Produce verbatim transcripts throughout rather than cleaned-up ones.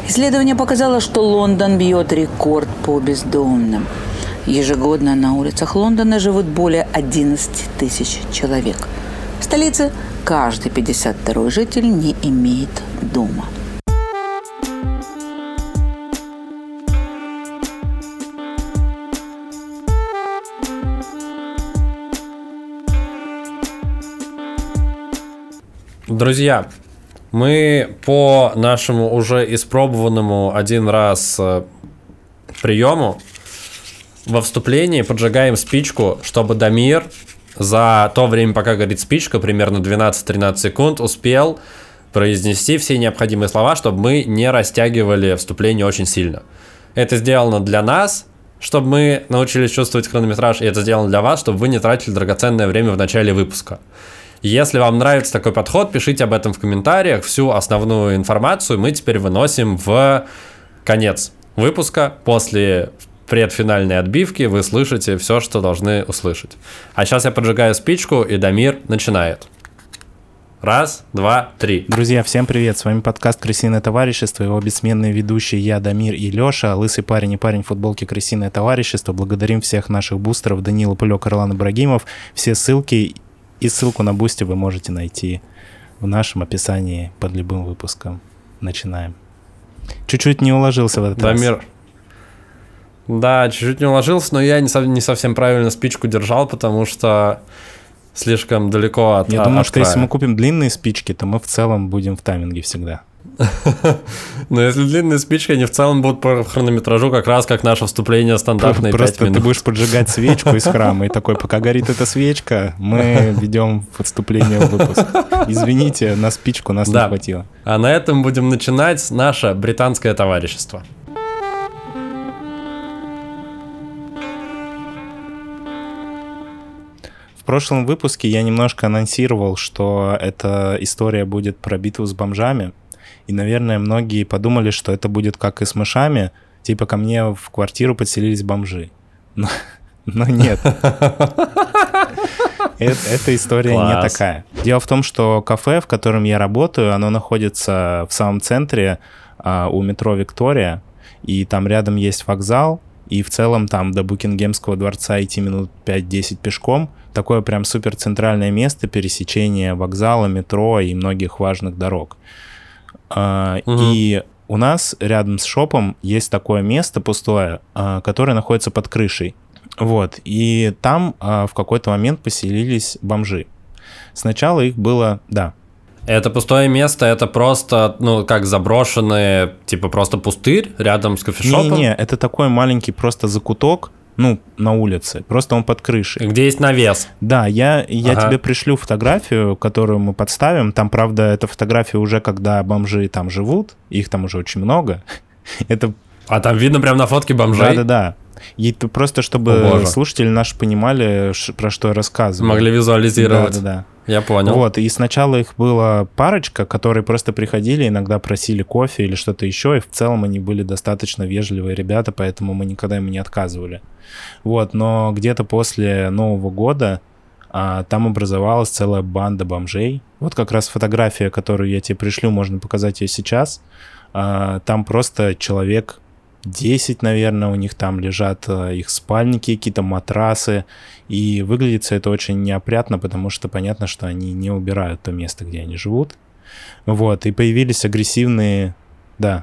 Исследование показало, что Лондон бьет рекорд по бездомным. Ежегодно на улицах Лондона живут более одиннадцать тысяч человек. В столице каждый пятьдесят второй житель не имеет дома. Друзья, мы по нашему уже испробованному один раз приему во вступлении поджигаем спичку, чтобы Дамир за то время, пока горит спичка, примерно двенадцать-тринадцать секунд, успел произнести все необходимые слова, чтобы мы не растягивали вступление очень сильно. Это сделано для нас, чтобы мы научились чувствовать хронометраж, и это сделано для вас, чтобы вы не тратили драгоценное время в начале выпуска. Если вам нравится такой подход, пишите об этом в комментариях. Всю основную информацию мы теперь выносим в конец выпуска. После предфинальной отбивки вы слышите все, что должны услышать. А сейчас я поджигаю спичку, и Дамир начинает. Раз, два, три. Друзья, всем привет! С вами подкаст «Крысиное товарищество», его бессменные ведущие я, Дамир и Леша, лысый парень и парень в футболке «Крысиное товарищество». Благодарим всех наших бустеров Данила Пылёк, Орлан Ибрагимов. Все ссылки и ссылку на Бусти вы можете найти в нашем описании под любым выпуском. Начинаем. Чуть-чуть не уложился в этот Дамир. раз. Да, чуть-чуть не уложился, но я не, со- не совсем правильно спичку держал, потому что слишком далеко от Я от, думаю, от что края. если мы купим длинные спички, то мы в целом будем в тайминге всегда. Но если длинные спички, они в целом будут по хронометражу как раз как наше вступление стандартные пять Просто минут. ты будешь поджигать свечку из храма, и такой, пока горит эта свечка, мы ведем вступление в выпуск. Извините, на спичку нас Да. не хватило. А на этом будем начинать наше британское товарищество. В прошлом выпуске я немножко анонсировал, что эта история будет про битву с бомжами. И, наверное, многие подумали, что это будет как и с мышами. Типа ко мне в квартиру подселились бомжи. Но, но нет. Эта история не такая. Дело в том, что кафе, в котором я работаю, оно находится в самом центре у метро Виктория. И там рядом есть вокзал. И в целом там до Букингемского дворца идти минут пять-десять пешком. Такое прям супер центральное место пересечения вокзала, метро и многих важных дорог. Uh, угу. И у нас рядом с шопом есть такое место пустое, uh, которое находится под крышей. Вот. И там uh, в какой-то момент поселились бомжи. Сначала их было... Да. Это пустое место, это просто, ну, как заброшенный, типа просто пустырь рядом с кофешопом? Не-не, это такой маленький просто закуток, ну, на улице, просто он под крышей. Где есть навес. Да, я, я ага. тебе пришлю фотографию, которую мы подставим. Там, правда, эта фотография уже, когда бомжи там живут, их там уже очень много. Это... А там видно прям на фотке бомжей? Да-да-да. И просто, чтобы слушатели наши понимали, про что я рассказываю. Могли визуализировать. Да-да-да. Я понял. Вот, и сначала их была парочка, которые просто приходили, иногда просили кофе или что-то еще, и в целом они были достаточно вежливые ребята, поэтому мы никогда им не отказывали. Вот, но где-то после Нового года а, там образовалась целая банда бомжей. Вот как раз фотография, которую я тебе пришлю, можно показать ее сейчас. А, там просто человек десять, наверное, у них там лежат а, их спальники, какие-то матрасы, и выглядит все это очень неопрятно, потому что понятно, что они не убирают то место, где они живут. Вот, и появились агрессивные... Да.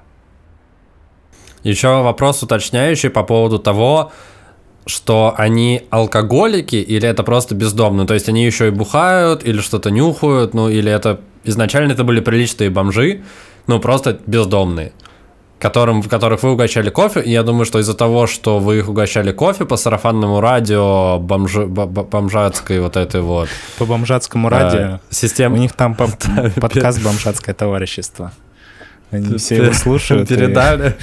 Еще вопрос уточняющий по поводу того, что они алкоголики или это просто бездомные? То есть они еще и бухают или что-то нюхают, ну или это изначально это были приличные бомжи, ну просто бездомные, которым, которых вы угощали кофе, и я думаю, что из-за того, что вы их угощали кофе по сарафанному радио, бомжи, бомжатской вот этой вот... По бомжатскому радио. А, система... У них там по- подкаст «Бомжатское товарищество». Они все его слушают. Передали...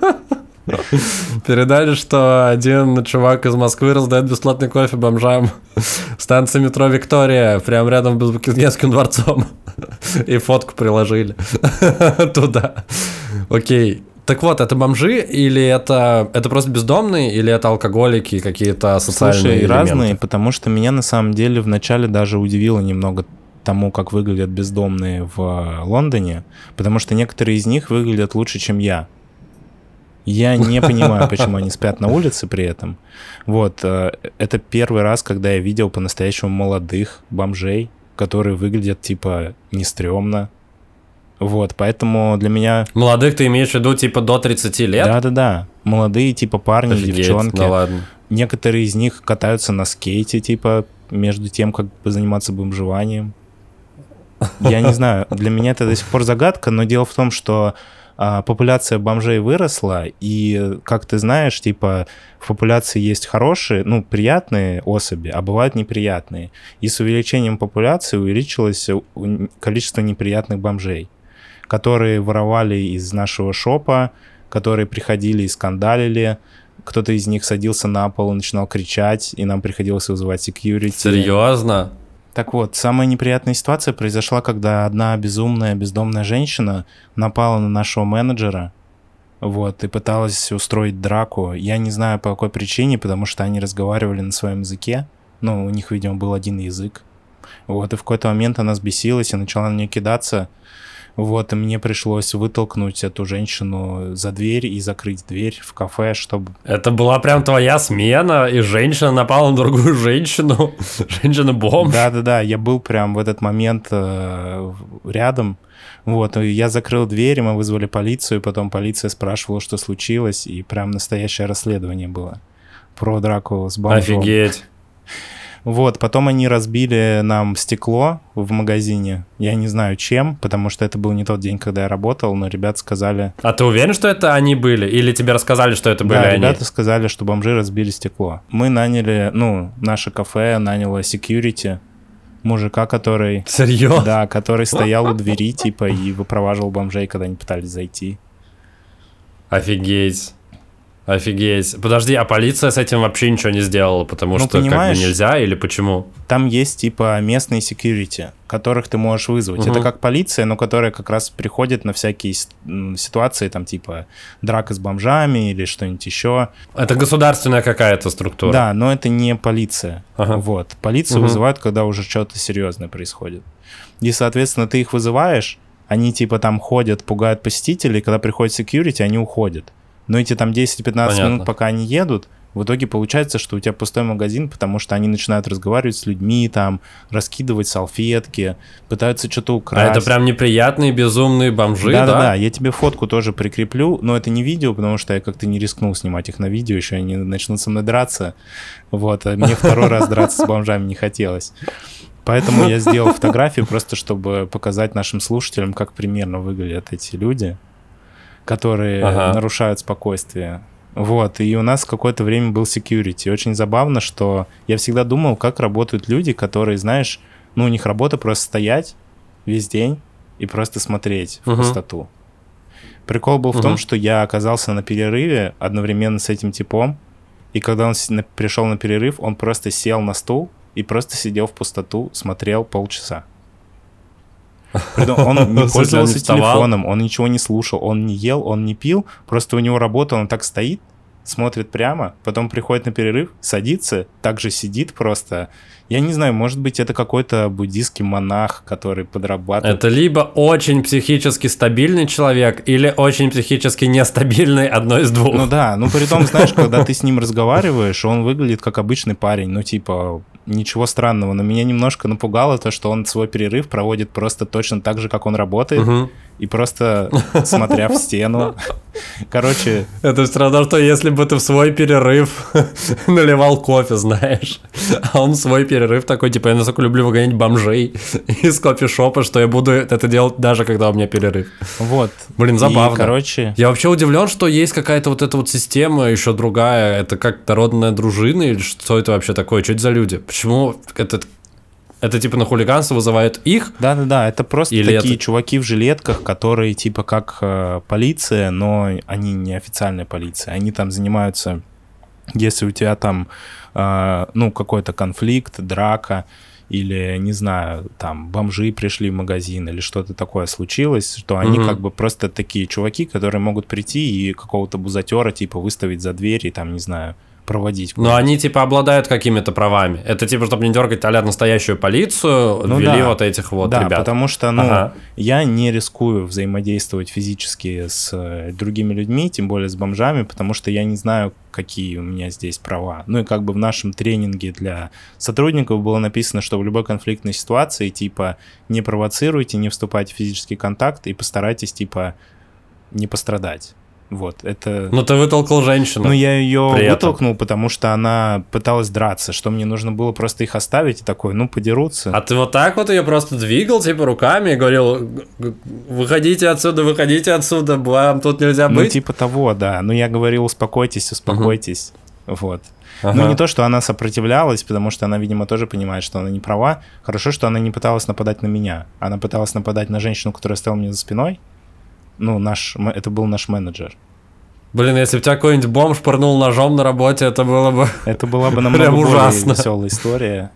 Передали, что один чувак из Москвы раздает бесплатный кофе бомжам. Станция метро Виктория, прямо рядом с Букингемским дворцом. И фотку приложили туда. Окей. Так вот, это бомжи или это, это просто бездомные, или это алкоголики, какие-то социальные Слушай, элементы? разные, потому что меня на самом деле вначале даже удивило немного тому, как выглядят бездомные в Лондоне, потому что некоторые из них выглядят лучше, чем я. Я не понимаю, почему они спят на улице при этом. Вот, это первый раз, когда я видел по-настоящему молодых бомжей, которые выглядят, типа, не стрёмно. Вот, поэтому для меня... Молодых ты имеешь в виду, типа, до тридцати лет? Да-да-да, молодые, типа, парни, Офигеть, девчонки. ну ладно. Некоторые из них катаются на скейте, типа, между тем, как бы заниматься бомжеванием. Я не знаю, для меня это до сих пор загадка, но дело в том, что а, популяция бомжей выросла, и, как ты знаешь, типа, в популяции есть хорошие, ну, приятные особи, а бывают неприятные. И с увеличением популяции увеличилось количество неприятных бомжей, которые воровали из нашего шопа, которые приходили и скандалили. Кто-то из них садился на пол и начинал кричать, и нам приходилось вызывать security. Серьезно? Так вот, самая неприятная ситуация произошла, когда одна безумная бездомная женщина напала на нашего менеджера, вот, и пыталась устроить драку. Я не знаю, по какой причине, потому что они разговаривали на своем языке. Ну, у них, видимо, был один язык. Вот, и в какой-то момент она взбесилась и начала на нее кидаться. Вот, и мне пришлось вытолкнуть эту женщину за дверь и закрыть дверь в кафе, чтобы... Это была прям твоя смена, и женщина напала на другую женщину, женщина-бомж. Да-да-да, я был прям в этот момент э, рядом, вот, и я закрыл дверь, и мы вызвали полицию, и потом полиция спрашивала, что случилось, и прям настоящее расследование было про драку с бомжом. Офигеть. Вот, потом они разбили нам стекло в магазине. Я не знаю чем, потому что это был не тот день, когда я работал, но ребята сказали... А ты уверен, что это они были? Или тебе рассказали, что это были да, они? Да, ребята сказали, что бомжи разбили стекло. Мы наняли, ну, наше кафе наняло security, мужика, который... Серьезно? Да, который стоял у двери, типа, и выпроваживал бомжей, когда они пытались зайти. Офигеть. Офигеть. Подожди, а полиция с этим вообще ничего не сделала, потому ну, что понимаешь, как бы нельзя или почему? Там есть типа местные security, которых ты можешь вызвать. Угу. Это как полиция, но которая как раз приходит на всякие ситуации, там типа драка с бомжами или что-нибудь еще. Это государственная какая-то структура. Да, но это не полиция. Ага. Вот. Полицию угу. вызывают, когда уже что-то серьезное происходит. И, соответственно, ты их вызываешь, они типа там ходят, пугают посетителей, когда приходит security, они уходят. Но эти там десять-пятнадцать минут, пока они едут, в итоге получается, что у тебя пустой магазин, потому что они начинают разговаривать с людьми, там, раскидывать салфетки, пытаются что-то украсть. А это прям неприятные, безумные бомжи, да? Да-да-да, я тебе фотку тоже прикреплю, но это не видео, потому что я как-то не рискнул снимать их на видео, еще они начнут со мной драться. Вот, а мне второй раз драться с бомжами не хотелось. Поэтому я сделал фотографию просто, чтобы показать нашим слушателям, как примерно выглядят эти люди, которые ага. нарушают спокойствие. Вот, и у нас какое-то время был security. Очень забавно, что я всегда думал, как работают люди, которые, знаешь, ну, у них работа просто стоять весь день и просто смотреть в uh-huh. пустоту. Прикол был uh-huh. в том, что я оказался на перерыве одновременно с этим типом, и когда он пришел на перерыв, он просто сел на стул и просто сидел в пустоту, смотрел полчаса. Он не пользовался телефоном, он ничего не слушал, он не ел, он не пил, просто у него работа, он так стоит, смотрит прямо, потом приходит на перерыв, садится, также сидит просто. Я не знаю, может быть, это какой-то буддийский монах, который подрабатывает. Это либо очень психически стабильный человек, или очень психически нестабильный, одно из двух. Ну да, ну при том, знаешь, когда ты с ним разговариваешь, он выглядит как обычный парень, ну типа... Ничего странного, но меня немножко напугало то, что он свой перерыв проводит просто точно так же, как он работает, угу. и просто смотря в стену. Короче... Это все равно, что если бы ты в свой перерыв наливал кофе, знаешь, а он в свой перерыв такой, типа, я настолько люблю выгонять бомжей из кофешопа, что я буду это делать даже когда у меня перерыв. Вот. Блин, забавно. И, короче... Я вообще удивлен, что есть какая-то вот эта вот система еще другая, это как народная дружина или что это вообще такое, что это за люди? Почему это, это типа на хулиганство вызывает их? Да-да-да, это просто Или такие это... чуваки в жилетках, которые типа как э, полиция, но они не официальная полиция. Они там занимаются, если у тебя там, э, ну, какой-то конфликт, драка, или, не знаю, там, бомжи пришли в магазин, или что-то такое случилось, что они mm-hmm. как бы просто такие чуваки, которые могут прийти и какого-то бузатера, типа, выставить за дверь и там, не знаю, проводить. Но они, типа, обладают какими-то правами. Это, типа, чтобы не дергать а-ля настоящую полицию, ну, ввели да. вот этих вот да, ребят. потому что, ну, ага. я не рискую взаимодействовать физически с э, другими людьми, тем более с бомжами, потому что я не знаю, какие у меня здесь права. Ну, и как бы в нашем тренинге для сотрудников было написано, что в любой конфликтной ситуации, типа, не провоцируйте, не вступайте в физический контакт и постарайтесь, типа, не пострадать. Вот, это... Ну, ты вытолкал женщину. Ну, я ее вытолкнул, потому что она пыталась драться, что мне нужно было просто их оставить и такой, ну, подерутся. А ты вот так вот ее просто двигал, типа, руками и говорил, выходите отсюда, выходите отсюда, вам тут нельзя быть? Ну, типа того, да. Ну, я говорил, успокойтесь, успокойтесь. Uh-huh. Вот. Ага. Ну, не то, что она сопротивлялась, потому что она, видимо, тоже понимает, что она не права. Хорошо, что она не пыталась нападать на меня. Она пыталась нападать на женщину, которая стояла мне за спиной. Ну, наш, это был наш менеджер. Блин, если бы тебя какой-нибудь бомж пырнул ножом на работе, это было бы... Это была бы намного более ужасно. веселая история.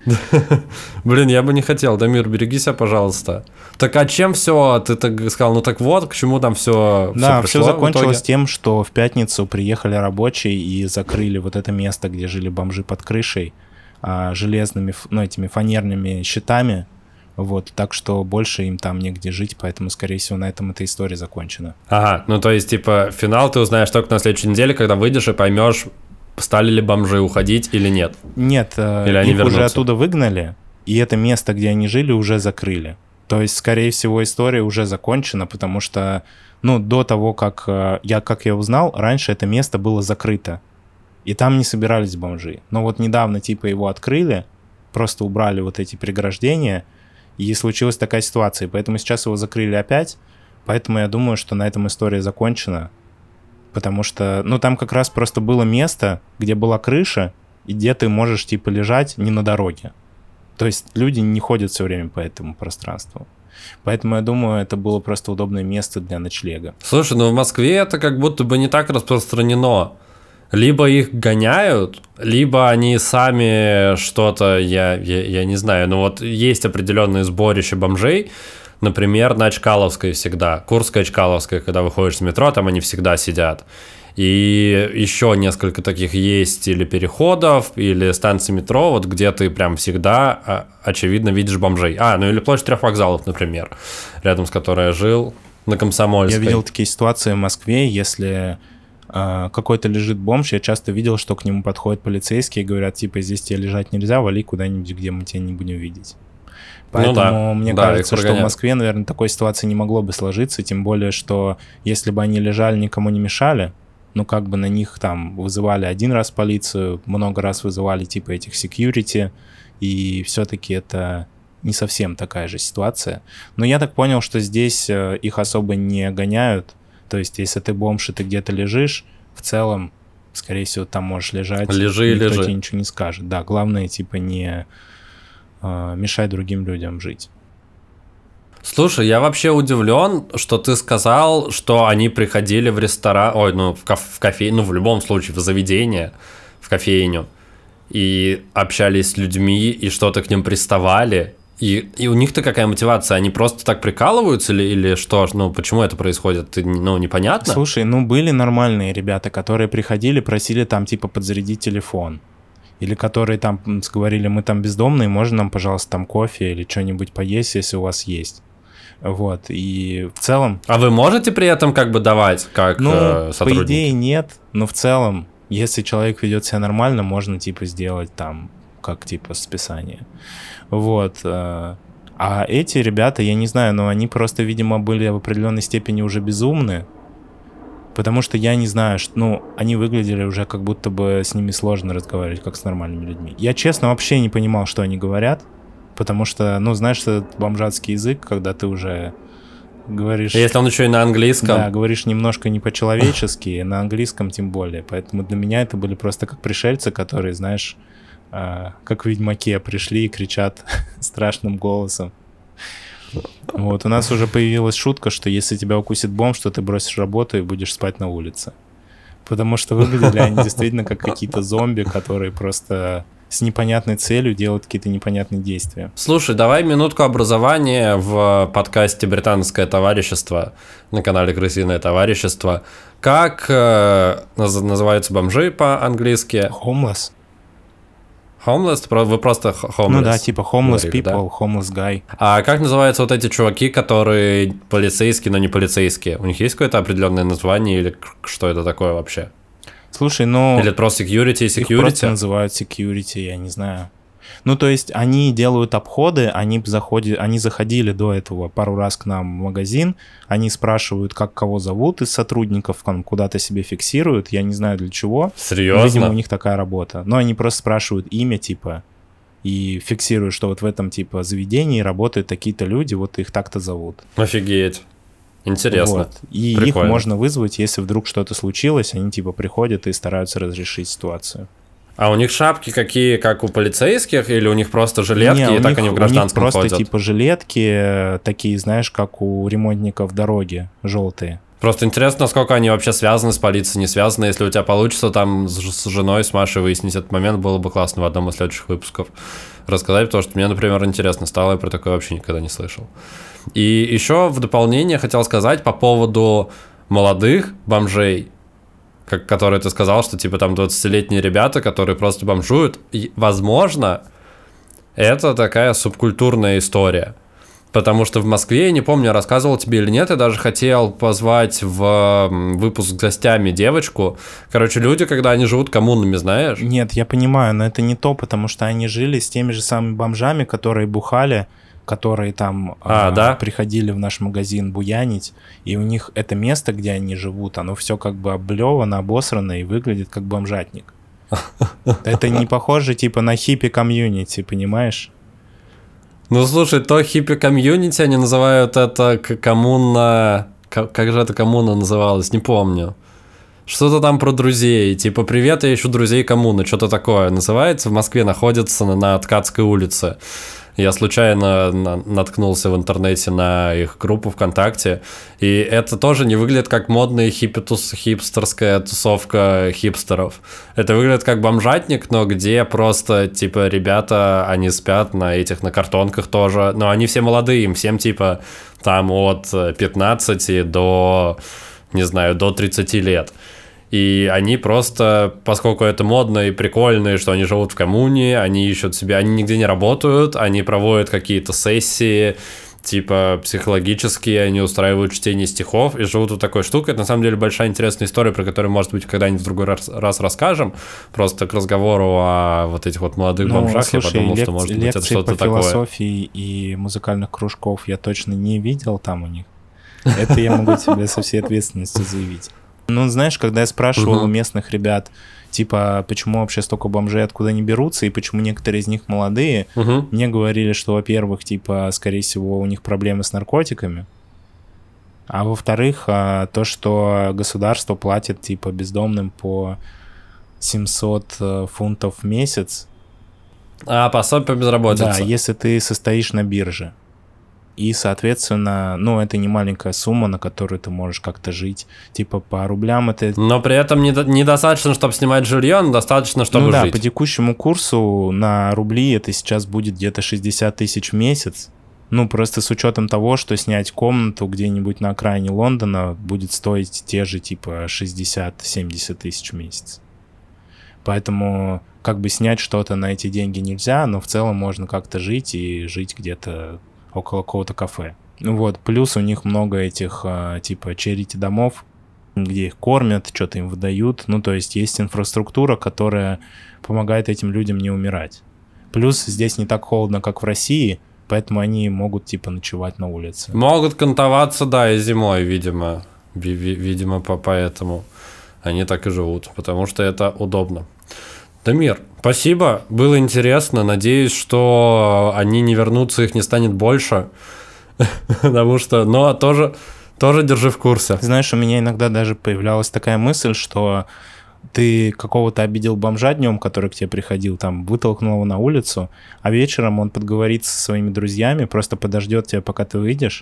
Блин, я бы не хотел. Дамир, береги себя, пожалуйста. Так а чем все? Ты так сказал, ну так вот, к чему там все Да, все закончилось тем, что в пятницу приехали рабочие и закрыли вот это место, где жили бомжи под крышей, железными, ну, этими фанерными щитами. Вот, так что больше им там негде жить, поэтому, скорее всего, на этом эта история закончена. Ага, ну то есть, типа, финал ты узнаешь только на следующей неделе, когда выйдешь и поймешь, стали ли бомжи уходить или нет. Нет, или их вернутся. Уже оттуда выгнали, и это место, где они жили, уже закрыли. То есть, скорее всего, история уже закончена, потому что, ну, до того, как я, как я узнал, раньше это место было закрыто, и там не собирались бомжи. Но вот недавно, типа, его открыли, просто убрали вот эти преграждения, и случилась такая ситуация, поэтому сейчас его закрыли опять, поэтому я думаю, что на этом история закончена, потому что, ну, там как раз просто было место, где была крыша, и где ты можешь, типа, лежать не на дороге. То есть люди не ходят все время по этому пространству. Поэтому я думаю, это было просто удобное место для ночлега. Слушай, ну в Москве это как будто бы не так распространено. Либо их гоняют, либо они сами что-то, я, я, я не знаю, но вот есть определенные сборища бомжей, например, на Чкаловской всегда, Курская, Чкаловская, когда выходишь с метро, там они всегда сидят. И еще несколько таких есть или переходов, или станций метро, вот где ты прям всегда, очевидно, видишь бомжей. А, ну или площадь трех вокзалов, например, рядом с которой я жил, на Комсомольской. Я видел такие ситуации в Москве, если... какой-то лежит бомж, я часто видел, что к нему подходят полицейские и говорят, типа, здесь тебе лежать нельзя, вали куда-нибудь, где мы тебя не будем видеть. Поэтому ну да, мне да, кажется, что в Москве, наверное, такой ситуации не могло бы сложиться, тем более, что если бы они лежали, никому не мешали, ну, как бы на них там вызывали один раз полицию, много раз вызывали, типа, этих security, и все-таки это не совсем такая же ситуация. Но я так понял, что здесь их особо не гоняют. То есть, если ты бомж и ты где-то лежишь, в целом, скорее всего, там можешь лежать. Лежи и никто лежи. тебе ничего не скажет. Да, главное, типа, не э, мешать другим людям жить. Слушай, я вообще удивлен, что ты сказал, что они приходили в ресторан, ой, ну, в, коф- в кофе, ну, в любом случае, в заведение, в кофейню, и общались с людьми, и что-то к ним приставали. И, и у них-то какая мотивация? Они просто так прикалываются или, или что? Ну, почему это происходит? Ты, ну, непонятно? Слушай, ну, были нормальные ребята, которые приходили, просили там, типа, подзарядить телефон. Или которые там говорили, мы там бездомные, можно нам, пожалуйста, там кофе или что-нибудь поесть, если у вас есть. Вот, и в целом... А вы можете при этом как бы давать, как ну, э, сотрудники? По идее, нет, но в целом, если человек ведет себя нормально, можно, типа, сделать там, как, типа, списание. Вот. А эти ребята, я не знаю, но они просто, видимо, были в определенной степени уже безумны, потому что я не знаю, что, ну, они выглядели уже как будто бы с ними сложно разговаривать, как с нормальными людьми. Я, честно, вообще не понимал, что они говорят, потому что, ну, знаешь, этот бомжатский язык, когда ты уже говоришь... Если он еще и на английском. Да, говоришь немножко не по-человечески, на английском тем более. Поэтому для меня это были просто как пришельцы, которые, знаешь, как в Ведьмаке пришли и кричат страшным голосом. Вот, у нас уже появилась шутка, что если тебя укусит бомж, то ты бросишь работу и будешь спать на улице. Потому что выглядели они действительно как какие-то зомби, которые просто с непонятной целью делают какие-то непонятные действия. Слушай, давай минутку образования в подкасте «Британское товарищество» на канале «Крысиное товарищество». Как э, наз- называются бомжи по-английски? Homeless. Homeless? Про- Вы просто homeless. Ну да, типа homeless говорили, да? people, homeless guy. А как называются вот эти чуваки, которые полицейские, но не полицейские? У них есть какое-то определенное название или к- что это такое вообще? Слушай, ну... Или это просто security и Их просто security? называют security, я не знаю. Ну, то есть они делают обходы, они, заходят, они заходили до этого пару раз к нам в магазин, они спрашивают, как кого зовут из сотрудников, там, куда-то себе фиксируют, я не знаю для чего. Серьезно? Видимо, у них такая работа. Но они просто спрашивают имя, типа, и фиксируют, что вот в этом, типа, заведении работают такие-то люди, вот их так-то зовут. Офигеть. Интересно. Вот. И Прикольно. их можно вызвать, если вдруг что-то случилось, они, типа, приходят и стараются разрешить ситуацию. А у них шапки какие, как у полицейских, или у них просто жилетки, Не, и у так них- они в у них гражданском просто ходят? типа жилетки э, такие, знаешь, как у ремонтников дороги, желтые. Просто интересно, насколько они вообще связаны с полицией, не связаны. Если у тебя получится там с, с женой, с Машей выяснить этот момент, было бы классно в одном из следующих выпусков рассказать, потому что мне, например, интересно стало, я про такое вообще никогда не слышал. И еще в дополнение хотел сказать по поводу молодых бомжей, как, которые ты сказал, что типа там двадцатилетние ребята, которые просто бомжуют. И, возможно, это такая субкультурная история. Потому что в Москве, я не помню, я рассказывал тебе или нет, я даже хотел позвать в выпуск с гостями девочку. Короче, люди, когда они живут коммунами, знаешь? Нет, я понимаю, но это не то, потому что они жили с теми же самыми бомжами, которые бухали, которые там А, а, да? приходили в наш магазин буянить, и у них это место, где они живут, оно все как бы облевано, обосрано и выглядит как бомжатник. Это не похоже типа на хиппи-комьюнити, понимаешь? Ну, слушай, то хиппи-комьюнити, они называют это к- коммуна... К- Как же эта коммуна называлась? Не помню. Что-то там про друзей. Типа, привет, я ищу друзей коммуны. Что-то такое называется. В Москве находится на, на Ткацкой улице. Я случайно на- наткнулся в интернете на их группу ВКонтакте. И это тоже не выглядит как модная хиппи-тус- хипстерская тусовка хипстеров. Это выглядит как бомжатник, но где просто, типа, ребята, они спят на этих, на картонках тоже. Но они все молодые, им всем, типа, там от пятнадцати до, не знаю, до тридцати лет. И они просто, поскольку это модно и прикольно, и что они живут в коммуне, они ищут себя, они нигде не работают, они проводят какие-то сессии, типа психологические, они устраивают чтение стихов и живут вот такой штукой. Это на самом деле большая интересная история, про которую, может быть, когда-нибудь в другой раз, раз расскажем. Просто к разговору о вот этих вот молодых Ну, бомжах слушай, я подумал, лек- что, может быть, это лекции что-то по такое. философии и музыкальных кружков я точно не видел там у них. Это я могу тебе со всей ответственностью заявить. Ну, знаешь, когда я спрашивал Мгм. у местных ребят, типа, почему вообще столько бомжей откуда они берутся, и почему некоторые из них молодые, Мгм. мне говорили, что, во-первых, типа, скорее всего, у них проблемы с наркотиками, а во-вторых, а, то, что государство платит, типа, бездомным по семьсот э, фунтов в месяц, А, пособие по безработице. да, если ты состоишь на бирже. И, соответственно, ну, это не маленькая сумма, на которую ты можешь как-то жить. Типа, по рублям это... Но при этом недо- недостаточно, чтобы снимать жилье, но достаточно, чтобы ну да, жить. по текущему курсу на рубли это сейчас будет где-то шестьдесят тысяч в месяц. Ну, просто с учетом того, что снять комнату где-нибудь на окраине Лондона будет стоить те же, типа, шестьдесят-семьдесят тысяч в месяц. Поэтому, как бы, снять что-то на эти деньги нельзя, но в целом можно как-то жить и жить где-то около какого-то кафе. Ну вот, плюс у них много этих, а, типа, черити-домов, где их кормят, что-то им выдают. Ну, то есть есть инфраструктура, которая помогает этим людям не умирать. Плюс здесь не так холодно, как в России, поэтому они могут, типа, ночевать на улице. Могут кантоваться, да, и зимой, видимо. Ви- ви- видимо, по- поэтому они так и живут, потому что это удобно. Дамир, спасибо, было интересно. Надеюсь, что они не вернутся, их не станет больше. Потому что, но тоже, тоже держи в курсе. Знаешь, у меня иногда даже появлялась такая мысль, что ты какого-то обидел бомжа днем, который к тебе приходил, там, вытолкнул его на улицу, а вечером он подговорится со своими друзьями, просто подождет тебя, пока ты выйдешь,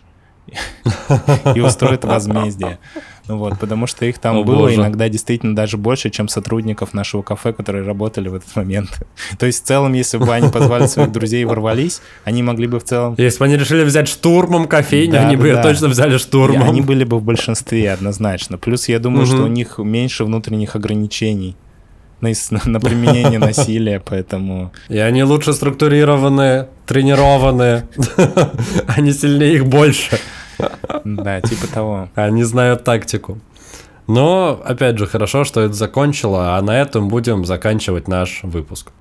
и устроит возмездие. Ну вот, потому что их там О, было боже. иногда действительно даже больше, чем сотрудников нашего кафе, которые работали в этот момент. То есть в целом, если бы они позвали своих друзей и ворвались, они могли бы в целом... Если бы они решили взять штурмом кофейню, Да, они да, бы ее да. точно взяли И штурмом. они были бы в большинстве однозначно. Плюс я думаю, Мгм. что у них меньше внутренних ограничений на, ис- на применение насилия, поэтому... И они лучше структурированы, тренированы. Они сильнее их больше. Да, типа того. Они знают тактику. Но, опять же, хорошо, что это закончило, а на этом будем заканчивать наш выпуск.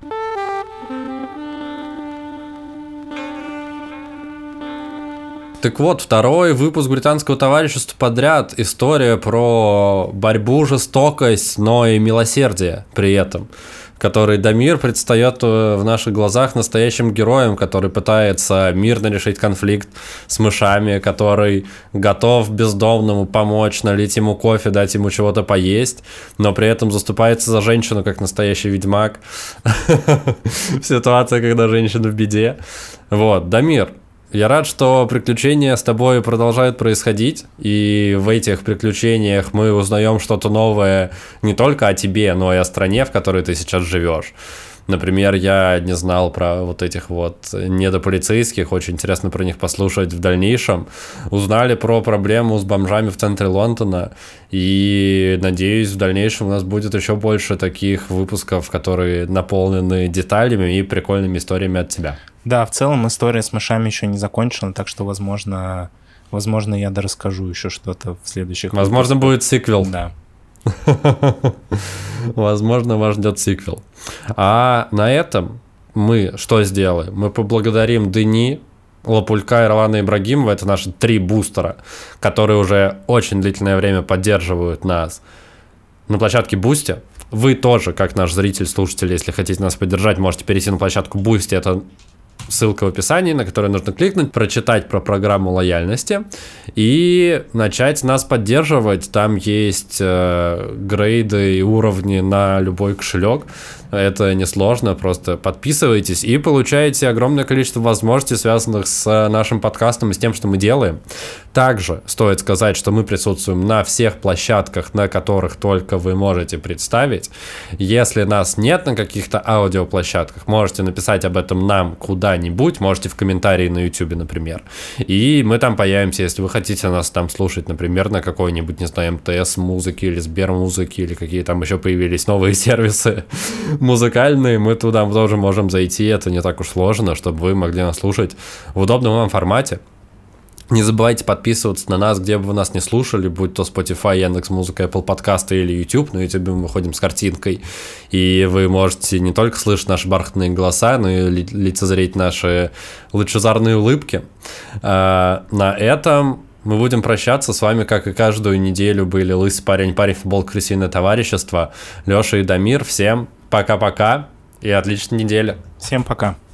Так вот, второй выпуск британского товарищества подряд. История про борьбу, жестокость, но и милосердие при этом. Который Дамир предстает в наших глазах настоящим героем, который пытается мирно решить конфликт с мышами, который готов бездомному помочь, налить ему кофе, дать ему чего-то поесть, но при этом заступается за женщину, как настоящий ведьмак. В ситуации, когда женщина в беде. Вот, Дамир, я рад, что приключения с тобой продолжают происходить, и в этих приключениях мы узнаем что-то новое не только о тебе, но и о стране, в которой ты сейчас живешь. Например, я не знал про вот этих вот недополицейских, очень интересно про них послушать в дальнейшем. Узнали про проблему с бомжами в центре Лондона, и надеюсь, в дальнейшем у нас будет еще больше таких выпусков, которые наполнены деталями и прикольными историями от тебя. Да, в целом история с мышами еще не закончена, так что, возможно, возможно, я дорасскажу еще что-то в следующих Возможно, выпусках. будет сиквел. Да. Возможно, вас ждет сиквел. А на этом мы что сделаем? Мы поблагодарим Дени, Лапулька и Ролана Ибрагимова. Это наши три бустера, которые уже очень длительное время поддерживают нас на площадке Boosty. Вы тоже, как наш зритель, слушатель, если хотите нас поддержать, можете перейти на площадку Boosty. Это ссылка в описании, на которую нужно кликнуть, прочитать про программу лояльности и начать нас поддерживать. Там есть э, грейды и уровни на любой кошелек. Это несложно, просто подписывайтесь и получаете огромное количество возможностей, связанных с нашим подкастом и с тем, что мы делаем. Также стоит сказать, что мы присутствуем на всех площадках, на которых только вы можете представить. Если нас нет на каких-то аудиоплощадках, можете написать об этом нам куда-нибудь, можете в комментарии на YouTube, например. И мы там появимся, если вы хотите нас там слушать, например, на какой-нибудь, не знаю, эм тэ эс-музыке или Сбер-музыке, или какие там еще появились новые сервисы музыкальные, мы туда тоже можем зайти, это не так уж сложно, чтобы вы могли нас слушать в удобном вам формате. Не забывайте подписываться на нас, где бы вы нас не слушали, будь то Spotify, Яндекс.Музыка, Apple подкасты или YouTube. На YouTube мы выходим с картинкой, и вы можете не только слышать наши бархатные голоса, но и ли- лицезреть наши лучезарные улыбки. А, на этом мы будем прощаться с вами, как и каждую неделю были Лысый парень, парень, футбол, крысиное товарищество, Леша и Дамир. Всем пока-пока и отличной недели. Всем пока.